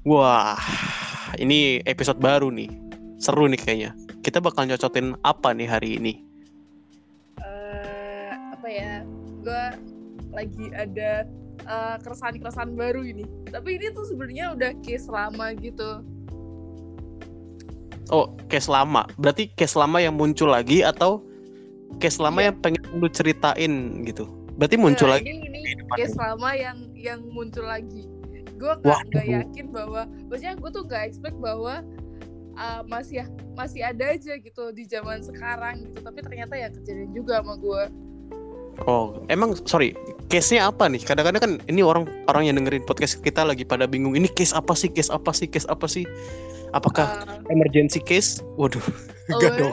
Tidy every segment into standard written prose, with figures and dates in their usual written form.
Wah, ini episode baru nih. Seru nih kayaknya. Kita bakal nyocotin apa nih hari ini? Apa ya? Gue lagi ada keresahan-keresahan baru ini. Tapi ini tuh sebenarnya udah case lama gitu. Oh, case lama. Berarti case lama yang muncul lagi atau case lama yang pengen lu ceritain gitu? Berarti muncul lagi. Ini case lama yang muncul lagi. Gue nggak yakin bahwa, maksudnya gue tuh nggak expect bahwa masih ada aja gitu di zaman sekarang gitu. Tapi ternyata ya kejadian juga sama gue. Oh, emang sorry, case-nya apa nih? Kadang-kadang kan ini orang yang dengerin podcast kita lagi pada bingung. Ini case apa sih? Case apa sih? Case apa sih? Apakah emergency case? Waduh, enggak dong.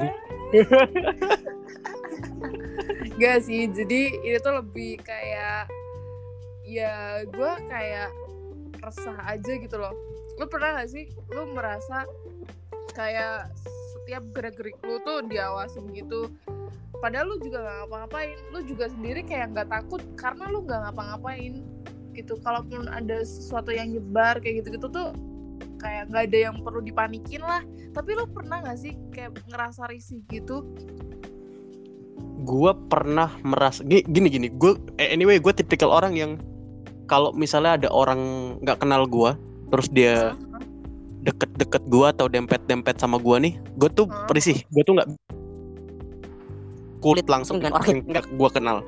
Enggak sih, jadi ini tuh lebih kayak, ya gue kayak resah aja gitu loh. Lu pernah gak sih, lu merasa kayak setiap gerak-gerik lu tuh diawasin gitu, padahal lu juga gak ngapa-ngapain, lu juga sendiri kayak gak takut karena lu gak ngapa-ngapain gitu. Kalaupun ada sesuatu yang nyebar kayak gitu-gitu tuh kayak gak ada yang perlu dipanikin lah. Tapi lu pernah gak sih kayak ngerasa risih gitu? Gue pernah merasa gini. Gue tipikal orang yang kalau misalnya ada orang nggak kenal gue, terus dia deket-deket gue atau dempet-dempet sama gue nih, gue tuh risih. Gue tuh nggak kulit langsung dengan orang yang nggak gue kenal.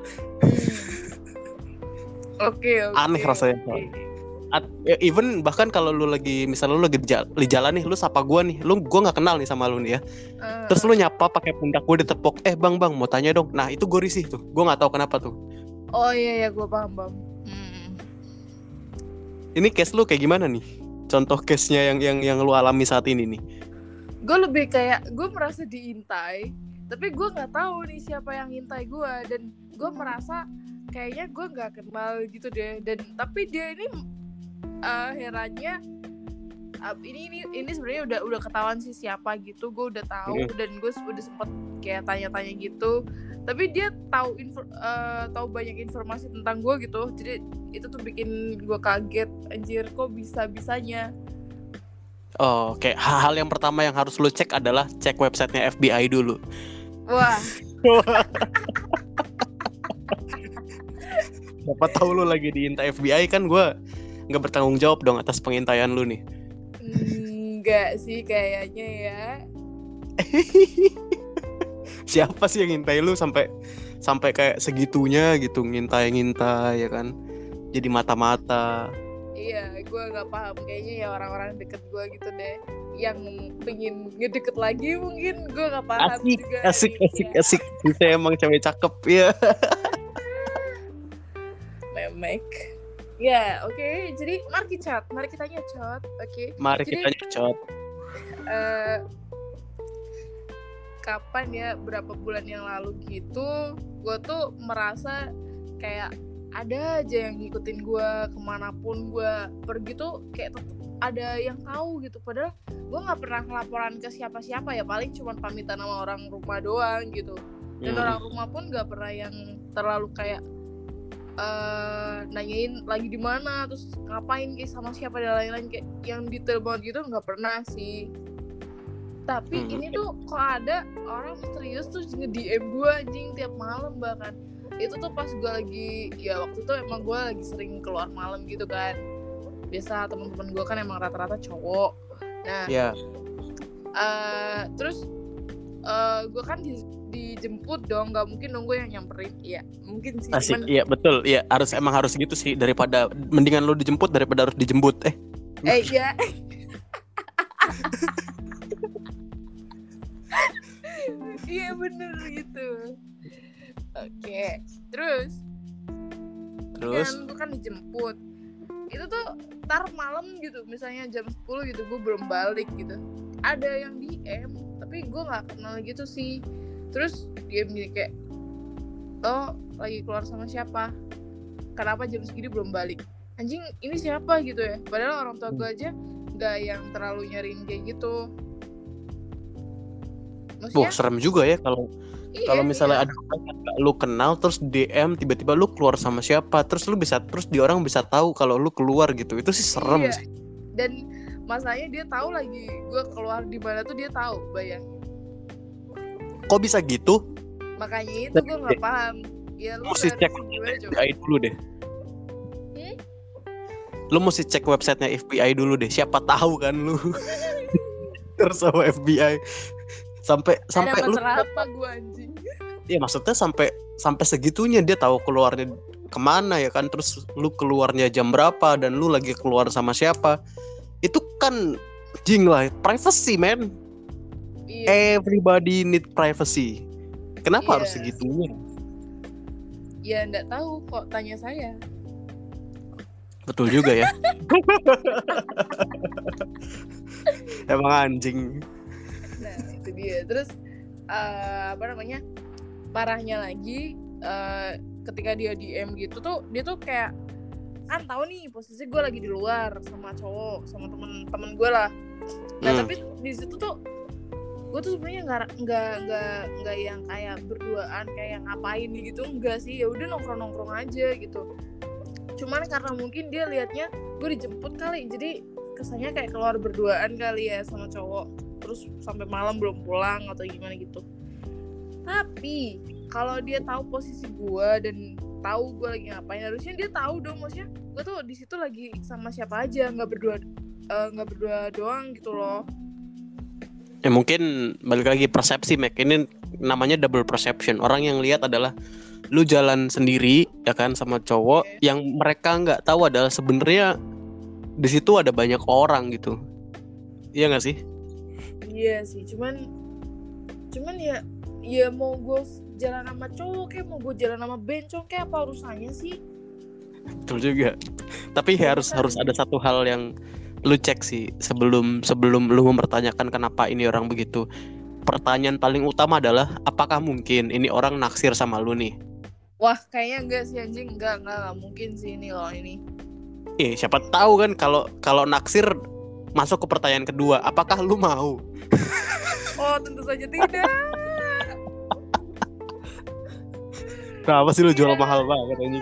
Oke. Aneh rasanya. Even bahkan kalau lu lagi misalnya lu lagi di jalan nih, lu sapa gue nih, gue nggak kenal nih sama lu nih ya, terus lu nyapa pakai pundak gue ditepok, bang mau tanya dong. Nah itu gue risih tuh, gue nggak tahu kenapa tuh. Oh iya gue paham. Ini case lu kayak gimana nih? Contoh case-nya yang lu alami saat ini nih. Gue lebih kayak gue merasa diintai, tapi gue nggak tahu nih siapa yang intai gue, dan gue merasa kayaknya gue nggak kenal gitu deh. Dan tapi dia ini herannya ini sebenarnya udah ketahuan sih siapa gitu. Gue udah tahu dan gue udah sempet kayak tanya-tanya gitu. Tapi dia tahu banyak informasi tentang gue gitu. Jadi itu tuh bikin gue kaget, anjir kok bisa-bisanya. Oh, kayak hal yang pertama yang harus lu cek adalah cek websitenya FBI dulu. Wah. Siapa tahu lu lagi diintai FBI, kan gue nggak bertanggung jawab dong atas pengintaian lu nih. Enggak sih kayaknya ya. Siapa sih yang ngintai lu sampai kayak segitunya gitu, ngintai ya kan, jadi mata-mata. Iya, gue nggak paham, kayaknya ya orang-orang deket gue gitu deh yang pengen ngedeket lagi, mungkin gue nggak paham. Asik. Bisa emang cewek cakep ya. Memek. Ya, oke. Jadi mari kita nyocot. Oke. Mari kita nyocot. Kapan ya, berapa bulan yang lalu gitu, gue tuh merasa kayak ada aja yang ngikutin gue kemanapun gue pergi tuh, kayak tetep ada yang tahu gitu. Padahal gue nggak pernah laporan ke siapa-siapa ya, paling cuma pamitan sama orang rumah doang gitu. Dan orang rumah pun nggak pernah yang terlalu kayak nanyain lagi di mana, terus ngapain kayak sama siapa dan lain-lain, kayak yang detail banget gitu nggak pernah sih. Tapi ini tuh kok ada orang misterius tuh nge-DM gue anjing tiap malam bahkan. Itu tuh pas gue lagi, ya waktu itu emang gue lagi sering keluar malam gitu kan. Biasa teman-teman gue kan emang rata-rata cowok. Nah, terus gue kan dijemput dong, nggak mungkin dong gue yang nyamperin. Iya, mungkin sih. Asik, iya betul, iya harus gitu sih, daripada mendingan lo dijemput daripada harus dijemput. Iya. Iya bener gitu. Oke, terus kan gue kan dijemput. Itu tuh ntar malam gitu, misalnya jam 10 gitu, gue belum balik gitu. Ada yang DM, tapi gue gak kenal gitu sih. Terus DM gini kayak, lo lagi keluar sama siapa? Kenapa jam segini belum balik? Anjing, ini siapa gitu ya? Padahal orang tua gue aja gak yang terlalu nyariin kayak gitu. Maksudnya, serem juga ya kalau misalnya ada orang yang gak lu kenal terus DM tiba-tiba lu keluar sama siapa, terus di orang bisa tahu kalau lu keluar gitu. Itu sih serem sih. Dan masanya dia tahu lagi gue keluar di mana tuh, dia tahu, bayangin. Kok bisa gitu? Makanya itu gue nggak paham. Ya lu mesti cek FBI dulu deh. Lu mesti cek websitenya FBI dulu deh. Siapa tahu kan lu terus sama FBI sampai lu apa gue anjing. Iya, maksudnya sampai segitunya dia tahu keluarnya kemana ya kan, terus lu keluarnya jam berapa dan lu lagi keluar sama siapa. Itu kan jing lah, privacy man. Iya. Everybody need privacy. Kenapa harus segitunya? Ya enggak tahu, kok tanya saya. Betul juga ya. Emang anjing. Nah itu dia. Terus parahnya lagi ketika dia DM gitu tuh, dia tuh kayak kan tahu nih posisi gue lagi di luar sama cowok, sama temen gue lah. Nah tapi di situ tuh gue tuh sebenarnya nggak yang kayak berduaan kayak ngapain gitu, enggak sih, ya udah nongkrong aja gitu. Cuman karena mungkin dia liatnya gue dijemput kali, jadi kesannya kayak keluar berduaan kali ya sama cowok, terus sampai malam belum pulang atau gimana gitu. Tapi kalau dia tahu posisi gue dan tahu gue lagi ngapain, harusnya dia tahu dong, maksudnya gue tuh di situ lagi sama siapa aja, nggak berdua doang gitu loh. Ya mungkin balik lagi persepsi, Mac. Ini namanya double perception. Orang yang lihat adalah lu jalan sendiri ya kan sama cowok, yang mereka nggak tahu adalah sebenarnya di situ ada banyak orang gitu. Iya nggak sih? Iya sih, cuman ya mau gue jalan sama cowok kayak mau gue jalan sama bencong kayak apa urusannya sih? Betul juga. Tapi harus ada satu hal yang lu cek sih sebelum lu mempertanyakan kenapa ini orang begitu. Pertanyaan paling utama adalah apakah mungkin ini orang naksir sama lu nih? Wah, kayaknya enggak sih anjing, enggak mungkin sih ini loh ini. Siapa tahu kan kalau naksir masuk ke pertanyaan kedua, apakah lu mau? Oh, tentu saja tidak. Kenapa sih lu jual mahal banget anjing?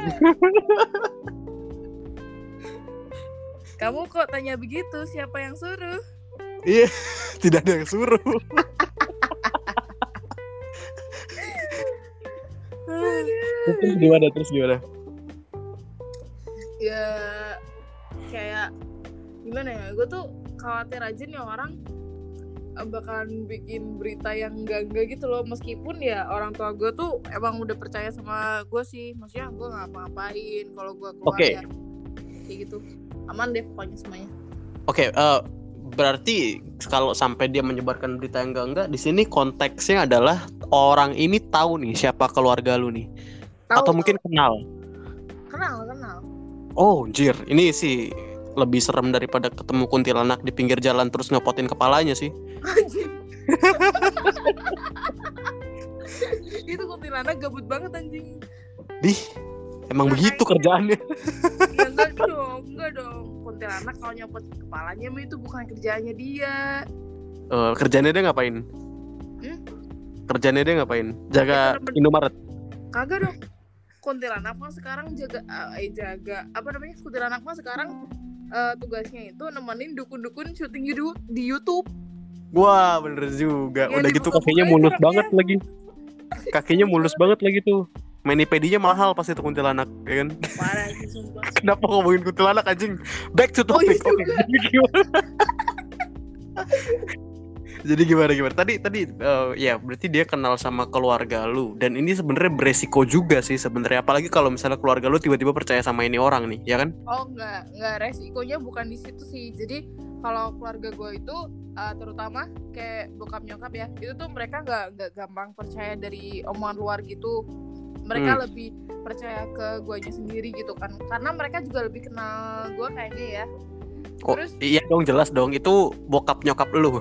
Kamu kok tanya begitu? Siapa yang suruh? Iya, tidak ada yang suruh. Terus gimana? Ya kayak gimana ya? Gue tuh khawatir aja nih orang bakalan bikin berita yang enggak gitu loh. Meskipun ya orang tua gue tuh emang udah percaya sama gue sih. Maksudnya gue nggak apa-apain kalau gue keluar ya kayak gitu. Aman deh pokoknya semuanya. Oke, berarti kalau sampai dia menyebarkan berita yang enggak, di sini konteksnya adalah orang ini tahu nih siapa keluarga lu nih. Atau mungkin kenal. Oh, anjir, ini sih lebih serem daripada ketemu kuntilanak di pinggir jalan terus nyopotin kepalanya sih. Anjir. Itu kuntilanak gabut banget anjing. Emang begitu kerjaannya. Ya enggak dong. Kuntilanak kalau nyopot kepalanya mah itu bukan kerjaannya dia. Kerjaannya dia ngapain? Kerjaannya dia ngapain? Jaga Indomaret? Kagak dong. Kuntilanak mah sekarang kuntilanak mah sekarang tugasnya itu nemenin dukun-dukun syuting di YouTube. Wah, bener juga. Ya, udah gitu kakinya mulus banget lagi. Kakinya mulus banget lagi tuh. Manipedinya mahal pasti itu kuntilanak, ya kan? Parah sih sumpah. Kenapa ngomongin kuntilanak anjing? Back to topic. Jadi gimana? Tadi ya berarti dia kenal sama keluarga lu, dan ini sebenarnya beresiko juga sih sebenarnya, apalagi kalau misalnya keluarga lu tiba-tiba percaya sama ini orang nih, ya kan? Oh enggak, resikonya bukan di situ sih. Jadi kalau keluarga gue itu terutama kayak bokap nyokap ya, itu tuh mereka nggak gampang percaya dari omongan luar gitu. Mereka lebih percaya ke guanya sendiri gitu kan, karena mereka juga lebih kenal gue kayaknya ya. Terus iya dong, jelas dong, itu bokap nyokap lu.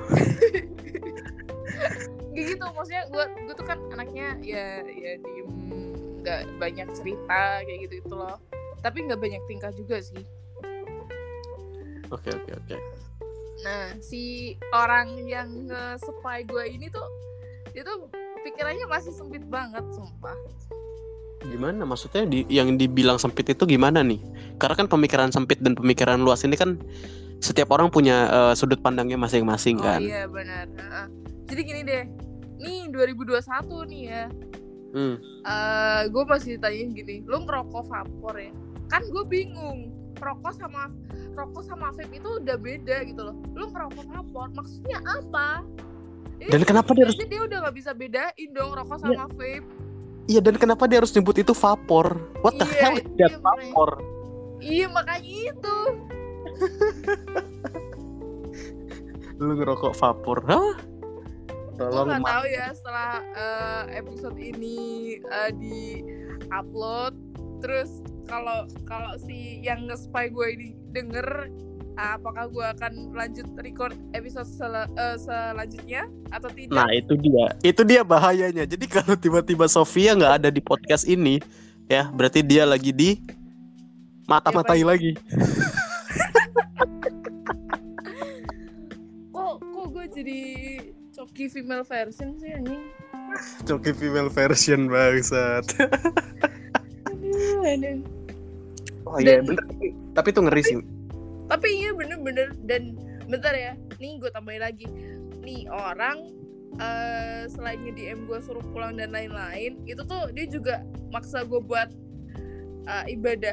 Gitu, maksudnya gue tuh kan anaknya ya diem, nggak banyak cerita kayak gitu loh, tapi nggak banyak tingkah juga sih. Oke. Nah, si orang yang nge-spy gue ini tuh, dia tuh pikirannya masih sempit banget, sumpah. Gimana maksudnya yang dibilang sempit itu gimana nih? Karena kan pemikiran sempit dan pemikiran luas ini kan setiap orang punya sudut pandangnya masing-masing kan. Oh iya benar. Jadi gini deh, nih 2021 nih ya. Gue masih ditanyain gini, lo ngerokok vapor ya? Kan gue bingung, rokok sama vape itu udah beda gitu loh. Lo ngerokok vapor, maksudnya apa? Dan kenapa dia harus? Dia udah nggak bisa bedain dong rokok sama vape. Iya, dan kenapa dia harus nyebut itu vapor? What the hell is that vapor? Iya makanya itu. Lu ngerokok vapor, hah? Gue nggak tahu ya setelah episode ini di upload, terus kalau si yang nge-spy gue ini denger, apakah gue akan lanjut record episode selanjutnya atau tidak? Nah itu dia bahayanya. Jadi kalau tiba-tiba Sofia nggak ada di podcast ini, ya berarti dia lagi di mata-matai lagi. Kok gue jadi coki female version sih anjing? Coki female version bangsat. Aduh. Oh iya bener. Tapi itu ngeri sih. Tapi iya bener-bener. Dan bentar ya, nih gue tambahin lagi. Nih orang selain nge-DM gue suruh pulang dan lain-lain, itu tuh dia juga maksa gue buat ibadah.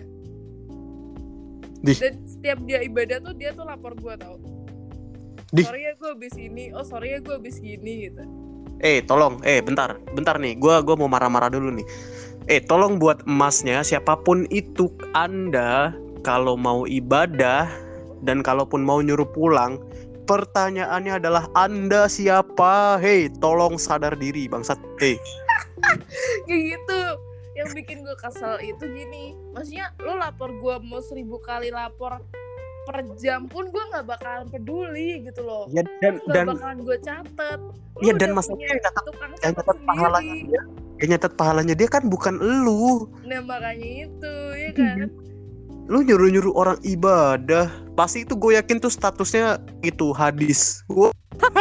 Dan setiap dia ibadah tuh dia tuh lapor gue tau. Sorry ya gue abis ini, sorry ya gue abis gini gitu. Tolong, bentar nih, gue mau marah-marah dulu nih. Tolong buat emasnya, siapapun itu Anda, kalau mau ibadah dan kalaupun mau nyuruh pulang, pertanyaannya adalah Anda siapa? Tolong sadar diri bangsat. Kayak gitu. Yang bikin gue kesel itu gini, maksudnya lo lapor gue mau 1000 kali lapor per jam pun gue nggak bakalan peduli gitu loh. Ya, dan bakalan gue catet. Iya, dan maksudnya yang nyatet pahalanya dia kan bukan elu. Nah makanya itu ya kan. Lu nyuruh orang ibadah, pasti itu gue yakin tuh statusnya itu hadis. Wah,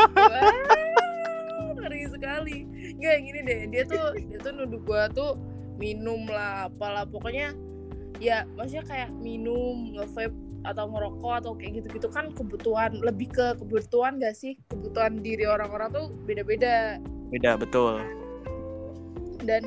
ngeri sekali. Nggak gini deh, dia tuh nuduh gue tuh minum lah apalah, pokoknya ya maksudnya kayak minum, nge-vape atau ngerokok atau kayak gitu-gitu kan kebutuhan, lebih ke kebutuhan gak sih? Kebutuhan diri orang-orang tuh beda-beda. Beda, betul. Dan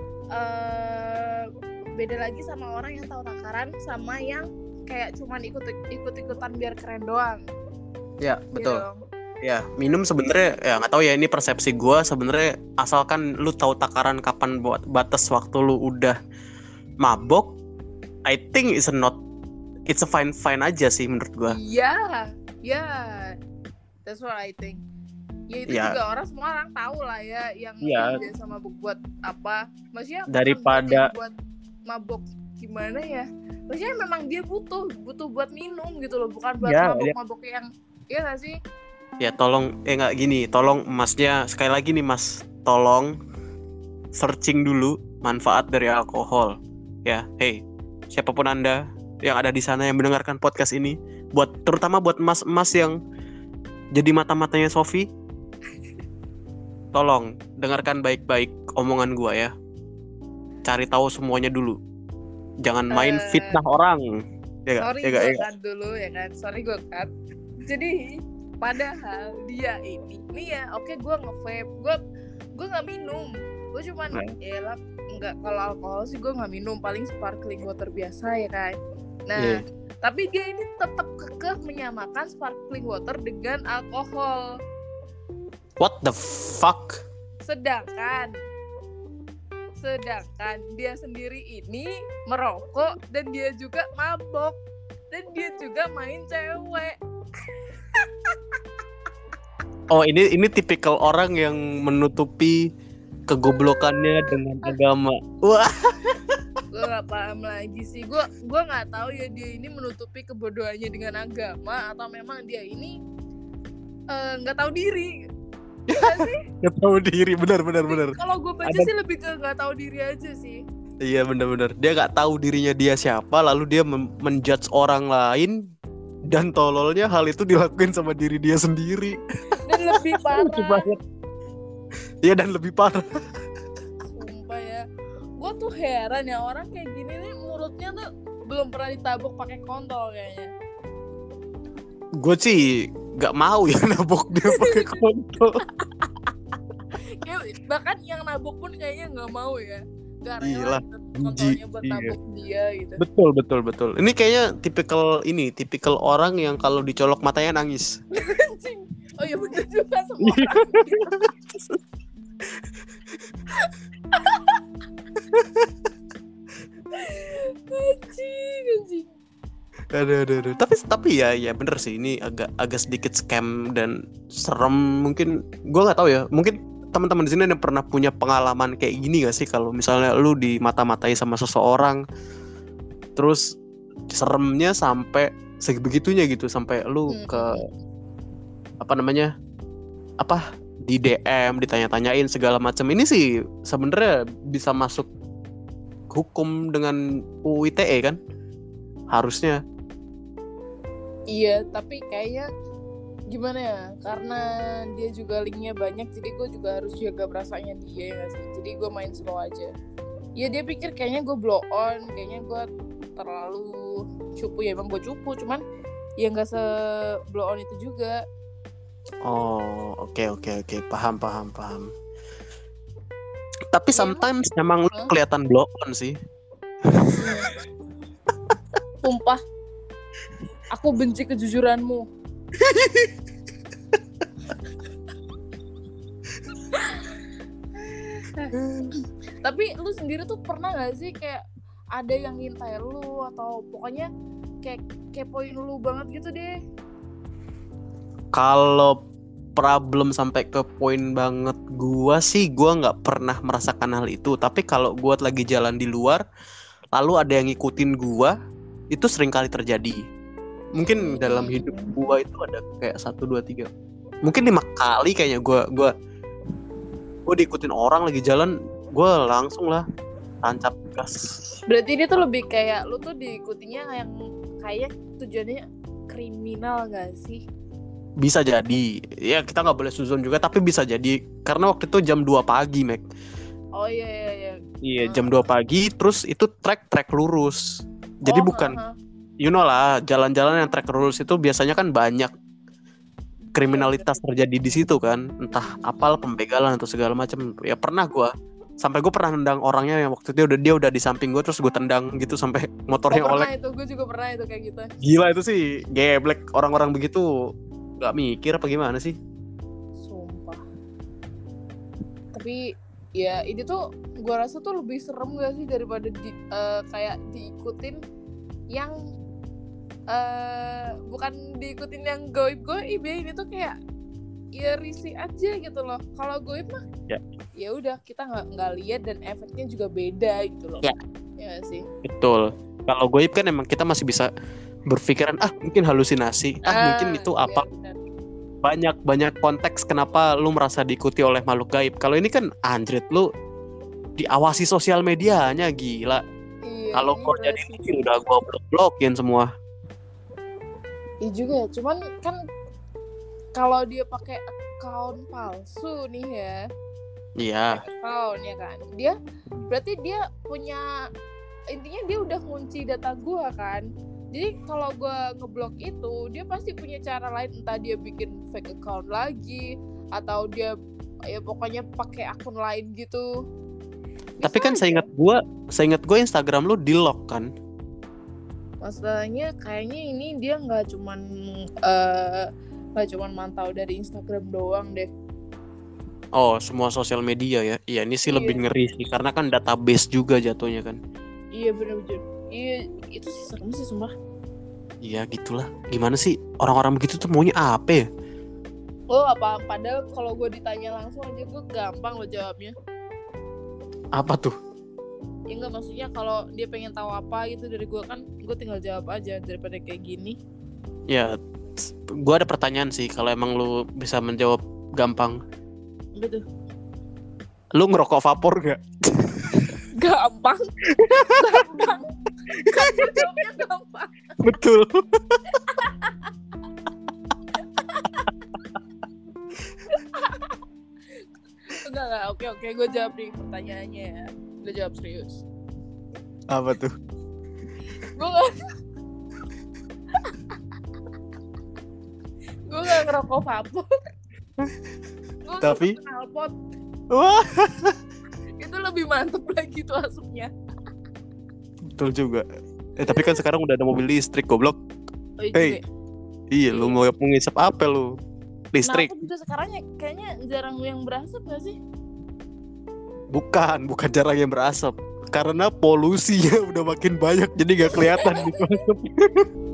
beda lagi sama orang yang tahu takaran sama yang kayak cuman ikut-ikutan biar keren doang. Ya, betul. Ya, minum sebenarnya ya nggak tahu ya, ini persepsi gue sebenarnya, asalkan lu tahu takaran kapan buat batas waktu lu udah mabok, I think it's a fine aja sih menurut gue. Iya, that's what I think. Ya itu juga semua orang tahu lah ya yang biasa mabuk buat apa. Maksudnya daripada buat mabok gimana ya? Maksudnya memang dia butuh buat minum gitu loh, bukan buat mabok yang iya nggak sih? Ya tolong nggak gini, tolong emasnya sekali lagi nih mas, tolong searching dulu manfaat dari alkohol. Ya, siapapun Anda yang ada di sana yang mendengarkan podcast ini, terutama buat emas-emas yang jadi mata-matanya Sofi, tolong dengarkan baik-baik omongan gua ya. Cari tahu semuanya dulu. Jangan main fitnah orang. Sorry gue cut dulu ya kan. Sorry gue cut. Jadi padahal dia ini ya oke, gue nge-vape, gue nggak minum, gue cuman nggak, kalau alkohol sih gue nggak minum, paling sparkling water biasa ya kan. Nah tapi dia ini tetap kekeh menyamakan sparkling water dengan alkohol. What the fuck? Sedangkan dia sendiri ini merokok dan dia juga mabok dan dia juga main cewek. Oh, ini tipikal orang yang menutupi kegoblokannya dengan agama. Wah. Gue gak paham lagi sih. Gue gak tahu ya dia ini menutupi kebodohannya dengan agama atau memang dia ini gak tahu diri. Gak tahu diri, benar. Kalau gue baca sih lebih ke gak tahu diri aja sih. Iya benar. Dia gak tahu dirinya dia siapa, lalu dia menjudge orang lain. Dan tololnya hal itu dilakuin sama diri dia sendiri. Dan lebih parah. Iya, dan lebih parah. Sumpah ya, gue tuh heran ya, orang kayak gini nih mulutnya tuh belum pernah ditabuk pakai kontol kayaknya. Gue sih nggak mau ya nabok dia pakai kontol. Bahkan yang nabok pun kayaknya nggak mau ya, nggak Gila, rela gitu kontolnya buat iya. nabok dia gitu. Betul. Ini kayaknya tipikal orang yang kalau dicolok matanya nangis. Oh iya bener juga semua orang gitu. Anjing. Aduh. Tapi ya bener sih, ini agak sedikit scam dan serem. Mungkin gue nggak tahu ya. Mungkin teman-teman di sini ada pernah punya pengalaman kayak gini gak sih? Kalau misalnya lu dimata-matai sama seseorang, terus seremnya sampai sebegitunya gitu, sampai lu ke di DM ditanya-tanyain segala macam. Ini sih sebenarnya bisa masuk hukum dengan UU ITE kan? Harusnya. Iya, tapi kayaknya gimana ya, karena dia juga linknya banyak, jadi gue juga harus jaga perasaannya dia ya gak sih. Jadi gue main slow aja. Ya dia pikir kayaknya gue blow on, kayaknya gue terlalu cupu. Ya emang gue cupu, cuman ya gak se blow on itu juga. Oh, oke. Paham. Tapi sometimes emang lu kelihatan blow on sih. Sumpah, aku benci kejujuranmu. Tapi lu sendiri tuh pernah gak sih kayak ada yang ngintai lu, atau pokoknya kayak kepoin lu banget gitu deh? Kalau problem sampai ke poin banget gua nggak pernah merasakan hal itu. Tapi kalau gua lagi jalan di luar, lalu ada yang ngikutin gua, itu sering kali terjadi. Mungkin dalam hidup gua itu ada kayak 1, 2, 3, mungkin 5 kali kayaknya gua diikutin orang lagi jalan, gua langsung lah tancap gas. Berarti dia tuh lebih kayak lu tuh diikutinya yang kayak tujuannya kriminal gak sih? Bisa jadi, ya kita nggak boleh suzon juga, tapi bisa jadi karena waktu itu jam 2 pagi, Mek. Oh iya. Iya, jam 2 pagi, terus itu trek lurus. Jadi bukan, you know lah, jalan-jalan yang trek lurus itu biasanya kan banyak kriminalitas terjadi di situ kan, entah apal pembegalan atau segala macam. Ya pernah gue pernah nendang orangnya yang waktu itu dia udah di samping gue, terus gue tendang gitu sampai motornya oleng. Itu gue juga pernah itu kayak gitu. Gila itu sih, geblek orang-orang begitu. Gak mikir apa gimana sih? Sumpah. Tapi ya ini tuh gue rasa tuh lebih serem gak sih daripada kayak diikutin yang bukan diikutin yang goib ya. Ini tuh kayak ya risih aja gitu loh. Kalau goib mah ya udah kita nggak lihat dan efeknya juga beda gitu loh. Ya sih. Betul. Kalau goib kan emang kita masih bisa berpikiran mungkin halusinasi, mungkin itu apa. Banyak konteks kenapa lu merasa diikuti oleh makhluk gaib. Kalau ini kan anjrit, lu diawasi sosial medianya, gila. Iya, kalau kok jadi ini udah gua blokin semua. Iya juga ya, cuman kan kalau dia pakai account palsu nih ya. Iya. Account ya kan. Dia berarti dia punya, intinya dia udah ngunci data gua kan. Jadi kalau gue ngeblok itu, dia pasti punya cara lain, entah dia bikin fake account lagi atau dia ya pokoknya pakai akun lain gitu. Tapi kan seingat gue Instagram lu di lock kan? Masalahnya kayaknya ini dia nggak cuman mantau dari Instagram doang deh. Oh, semua sosial media ya? Iya, ini sih lebih ngeri sih, karena kan database juga jatuhnya kan? Iya benar-benar. Iya, itu sih serem sih sumpah. Iya gitulah. Gimana sih orang-orang begitu tuh maunya apa ya? Apa? Padahal kalau gue ditanya langsung aja gue gampang lo jawabnya. Apa tuh? Ya enggak, maksudnya kalau dia pengen tahu apa gitu dari gue kan, gue tinggal jawab aja daripada kayak gini. Ya, gue ada pertanyaan sih, kalau emang lu bisa menjawab gampang. Betul. Lu ngerokok vapor gak? Gampang. Jawabnya gampang. Betul. Enggak. Oke, gue jawab nih pertanyaannya ya. Gue jawab serius. Apa tuh? Gue gak... Gue gak ngerokok vapor. Gue Tapi knalpot. wah, Itu lebih mantep lagi tuh asapnya. betul juga. Tapi kan sekarang udah ada mobil listrik goblok. Oh, iya Hey. juga. Iya, lu mau ngisap apa lu? Listrik. Knalpot juga sekarang kayaknya jarang yang berasap gak sih? Bukan jarang yang berasap. Karena polusinya udah makin banyak jadi gak kelihatan gitu asap.